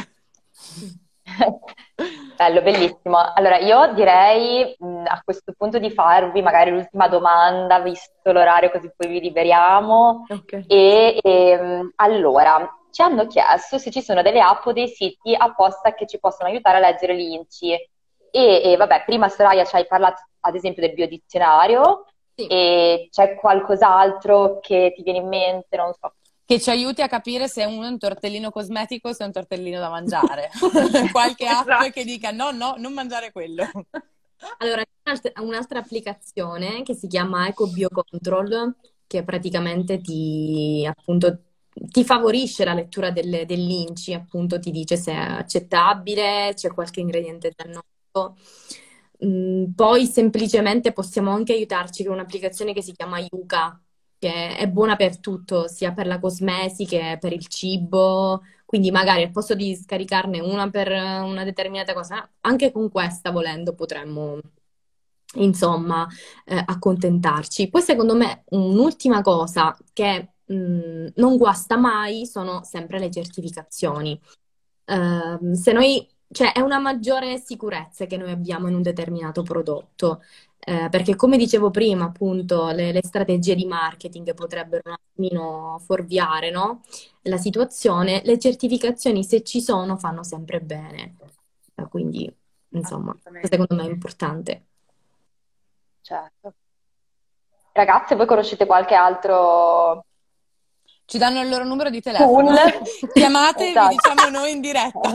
Speaker 4: Bello, bellissimo. Allora, io direi a questo punto di farvi magari l'ultima domanda, visto l'orario, così poi vi liberiamo.
Speaker 1: Ok.
Speaker 4: Allora, ci hanno chiesto se ci sono delle app o dei siti apposta che ci possono aiutare a leggere l'INCI. E vabbè, prima Soraya ci hai parlato ad esempio del biodizionario,
Speaker 3: Sì.
Speaker 4: e c'è qualcos'altro che ti viene in mente, non so.
Speaker 2: Che ci aiuti a capire se uno è un tortellino cosmetico o se è un tortellino da mangiare. Qualche app
Speaker 1: Esatto.
Speaker 2: che dica no, non mangiare quello.
Speaker 3: Allora, c'è un'altra applicazione che si chiama Eco Biocontrol, che praticamente appunto, ti favorisce la lettura dell'INCI, appunto ti dice se è accettabile, c'è qualche ingrediente dannoso. Poi semplicemente possiamo anche aiutarci con un'applicazione che si chiama Yuka, che è buona per tutto, sia per la cosmesi che per il cibo. Quindi magari al posto di scaricarne una per una determinata cosa, anche con questa volendo potremmo, insomma, accontentarci. Poi secondo me un'ultima cosa che non guasta mai sono sempre le certificazioni. Se noi, cioè è una maggiore sicurezza che noi abbiamo in un determinato prodotto. Perché come dicevo prima, appunto, le strategie di marketing potrebbero un attimino fuorviare, no? La situazione, le certificazioni, se ci sono, fanno sempre bene. Quindi, insomma,
Speaker 5: Assolutamente.
Speaker 3: secondo me è importante.
Speaker 4: Certo. Ragazze, voi conoscete qualche altro
Speaker 2: Ci danno il loro numero di telefono.
Speaker 4: tool?
Speaker 2: Chiamate e vi
Speaker 4: Esatto.
Speaker 2: diciamo noi in diretta.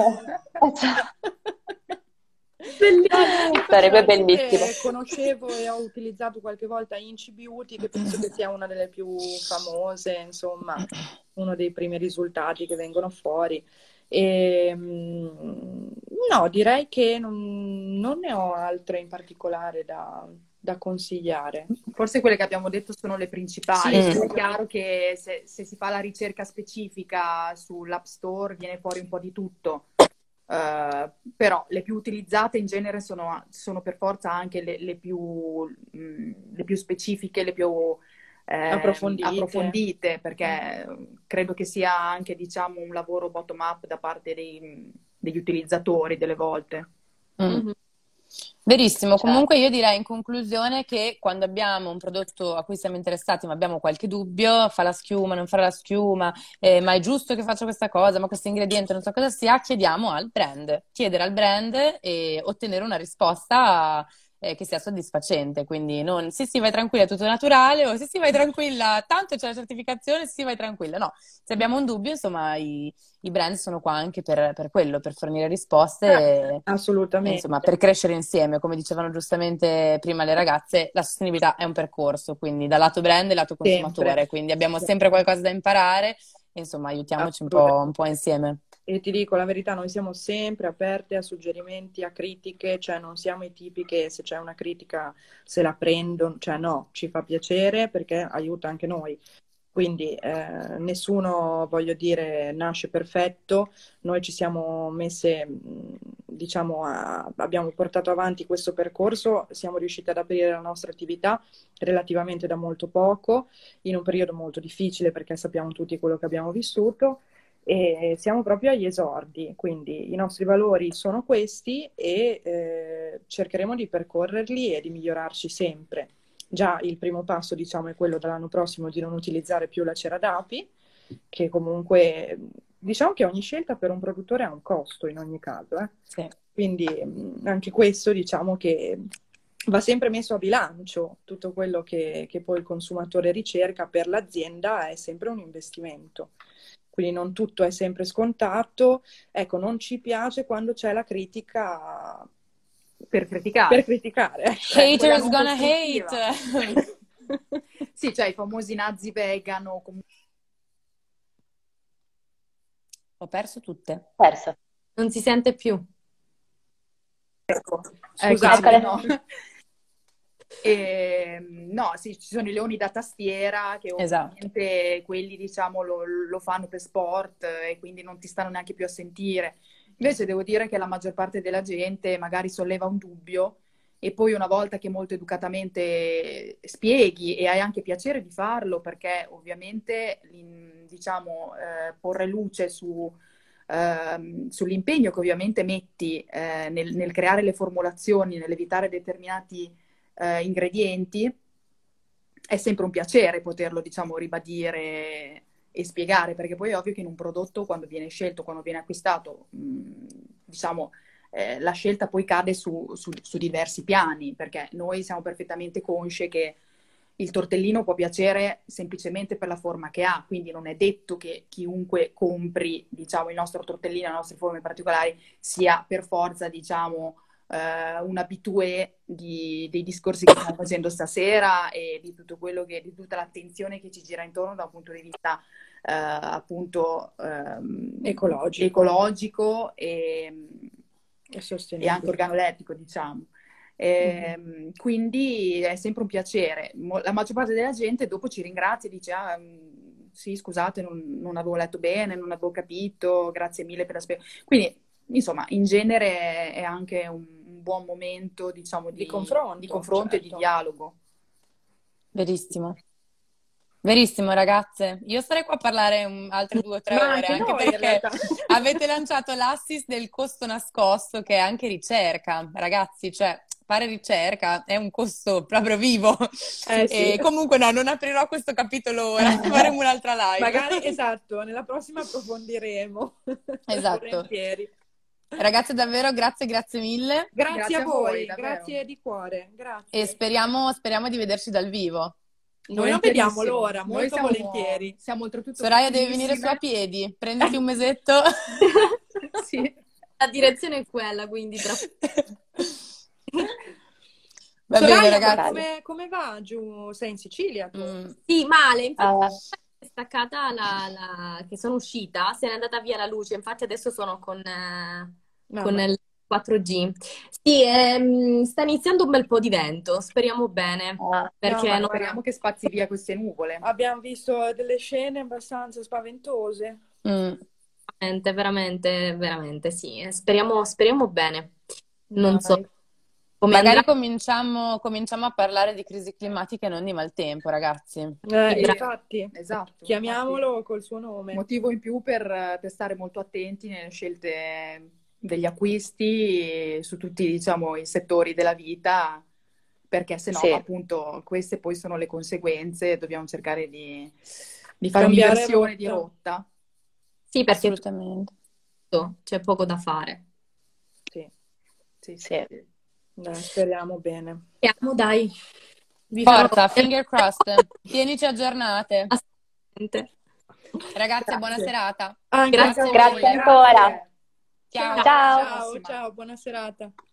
Speaker 4: Sarebbe
Speaker 1: Personalmente
Speaker 4: bellissimo.
Speaker 1: conoscevo e ho utilizzato qualche volta Inci Beauty, che penso che sia una delle più famose, insomma, uno dei primi risultati che vengono fuori. No, direi che non ne ho altre in particolare da consigliare.
Speaker 5: Forse quelle che abbiamo detto sono le principali.
Speaker 2: Sì.
Speaker 5: È chiaro che se si fa la ricerca specifica sull'App Store viene fuori un po' di tutto. Però le più utilizzate in genere sono per forza anche le più specifiche, le più approfondite, perché credo che sia anche, diciamo, un lavoro bottom-up da parte degli utilizzatori delle volte.
Speaker 3: Mhm.
Speaker 2: Verissimo,
Speaker 4: Certo.
Speaker 2: comunque io direi in conclusione che quando abbiamo un prodotto a cui siamo interessati ma abbiamo qualche dubbio, fa la schiuma, non fa la schiuma, ma è giusto che faccia questa cosa, ma questo ingrediente non so cosa sia, chiediamo al brand, chiedere al brand e ottenere una risposta che sia soddisfacente, quindi non sì vai tranquilla, tutto naturale, o sì vai tranquilla, tanto c'è la certificazione, sì vai tranquilla, no, se abbiamo un dubbio insomma i brand sono qua anche per quello, per fornire risposte e
Speaker 1: Assolutamente.
Speaker 2: insomma per crescere insieme, come dicevano giustamente prima le ragazze, la sostenibilità è un percorso, quindi dal lato brand e lato consumatore,
Speaker 1: Sempre.
Speaker 2: quindi abbiamo sempre qualcosa da imparare e insomma aiutiamoci un po' insieme.
Speaker 1: E ti dico la verità, noi siamo sempre aperte a suggerimenti, a critiche, cioè non siamo i tipi che se c'è una critica se la prendono, cioè no, ci fa piacere perché aiuta anche noi. Quindi nessuno, voglio dire, nasce perfetto, noi ci siamo messe, diciamo, abbiamo portato avanti questo percorso, siamo riusciti ad aprire la nostra attività relativamente da molto poco, in un periodo molto difficile perché sappiamo tutti quello che abbiamo vissuto e siamo proprio agli esordi, quindi i nostri valori sono questi e cercheremo di percorrerli e di migliorarci sempre. Già il primo passo, diciamo, è quello dall'anno prossimo di non utilizzare più la cera d'api che comunque diciamo che ogni scelta per un produttore ha un costo in ogni caso, eh.
Speaker 2: Sì.
Speaker 1: Quindi anche questo diciamo che va sempre messo a bilancio, tutto quello che poi il consumatore ricerca per l'azienda è sempre un investimento. Quindi non tutto è sempre scontato. Ecco, non ci piace quando c'è la critica
Speaker 5: Per criticare.
Speaker 1: per criticare.
Speaker 2: Haters
Speaker 5: quella non
Speaker 2: gonna
Speaker 5: costruttiva.
Speaker 2: hate!
Speaker 5: Sì, cioè i famosi nazi vegan o
Speaker 2: Ho perso tutte.
Speaker 4: Perso.
Speaker 3: Non si sente più.
Speaker 5: Ecco,
Speaker 1: Scusate,
Speaker 4: Eccole.
Speaker 5: no. No, sì, ci sono i leoni da tastiera che
Speaker 2: Esatto.
Speaker 5: ovviamente quelli diciamo lo fanno per sport e quindi non ti stanno neanche più a sentire. Invece devo dire che la maggior parte della gente magari solleva un dubbio e poi una volta che molto educatamente spieghi e hai anche piacere di farlo perché ovviamente diciamo porre luce sull'impegno che ovviamente metti nel creare le formulazioni, nell'evitare determinati ingredienti, è sempre un piacere poterlo, diciamo, ribadire e spiegare, perché poi è ovvio che in un prodotto, quando viene scelto, quando viene acquistato, diciamo, la scelta poi cade su diversi piani, perché noi siamo perfettamente consci che il tortellino può piacere semplicemente per la forma che ha, quindi non è detto che chiunque compri, diciamo, il nostro tortellino, le nostre forme particolari, sia per forza, diciamo, un habitué dei discorsi che stiamo facendo stasera e di tutto quello di tutta l'attenzione che ci gira intorno da un punto di vista appunto ecologico e anche organolettico, diciamo. Quindi è sempre un piacere. La maggior parte della gente dopo ci ringrazia e dice sì, scusate, non avevo letto bene, non avevo capito, grazie mille per la spiegazione. Quindi, insomma, in genere è anche un buon momento, diciamo, di confronto
Speaker 1: certo.
Speaker 5: e di dialogo.
Speaker 2: Verissimo. Verissimo, ragazze. Io starei qua a parlare altre 2 o 3
Speaker 1: Ma
Speaker 2: ore,
Speaker 1: anche
Speaker 2: anche
Speaker 1: noi, in
Speaker 2: perché
Speaker 1: realtà.
Speaker 2: avete lanciato l'assist del costo nascosto, che è anche ricerca. Ragazzi, cioè, fare ricerca è un costo proprio vivo.
Speaker 1: Sì.
Speaker 2: E comunque no, non aprirò questo capitolo ora, faremo un'altra live.
Speaker 1: Magari, esatto, nella prossima approfondiremo.
Speaker 2: Esatto.
Speaker 1: Volentieri.
Speaker 2: Ragazze, davvero grazie mille.
Speaker 1: Grazie a voi,
Speaker 5: davvero.
Speaker 1: grazie di cuore, grazie.
Speaker 2: E speriamo di vederci dal vivo.
Speaker 1: Noi non vediamo
Speaker 5: Volentierissimo.
Speaker 1: l'ora,
Speaker 5: Noi
Speaker 1: molto volentieri.
Speaker 5: Siamo oltretutto
Speaker 2: Soraya deve venire su a
Speaker 5: felicissime.
Speaker 2: piedi, prenditi un mesetto.
Speaker 5: Sì.
Speaker 3: La direzione è quella, quindi tra...
Speaker 2: Va
Speaker 1: Soraya,
Speaker 2: bene, ragazzi.
Speaker 1: come va giù? Sei in Sicilia tu?
Speaker 3: Sì, male, infatti è staccata che sono uscita, se n'è andata via la luce, infatti adesso sono con il 4G. Sì, sta iniziando un bel po' di vento, speriamo bene, perché
Speaker 1: ma
Speaker 5: Speriamo che spazi via queste nuvole.
Speaker 1: abbiamo visto delle scene abbastanza spaventose.
Speaker 3: veramente, veramente, veramente, sì, speriamo bene. Non so
Speaker 1: Dai.
Speaker 3: come
Speaker 2: Magari
Speaker 3: andrà.
Speaker 2: cominciamo a parlare di crisi climatica e non di maltempo, ragazzi.
Speaker 1: Infatti,
Speaker 5: Esatto.
Speaker 1: chiamiamolo col suo nome.
Speaker 5: Motivo in più per stare molto attenti nelle scelte degli acquisti su tutti, diciamo, i settori della vita, perché se no,
Speaker 4: Sì.
Speaker 5: appunto, queste poi sono le conseguenze, dobbiamo cercare di fare
Speaker 1: Cambiare
Speaker 5: un'inversione di
Speaker 1: rotta.
Speaker 5: rotta.
Speaker 3: Sì, perché
Speaker 2: Assolutamente.
Speaker 3: c'è poco da fare.
Speaker 5: Sì.
Speaker 1: Dai, speriamo bene.
Speaker 3: Speriamo, dai.
Speaker 2: Forza, finger crossed. Tienici aggiornate.
Speaker 3: Assolutamente.
Speaker 2: Ragazzi, buona serata.
Speaker 1: Anche
Speaker 3: Grazie.
Speaker 1: a voi.
Speaker 4: Grazie ancora.
Speaker 2: Ciao.
Speaker 4: Ciao.
Speaker 1: Ciao, buona serata.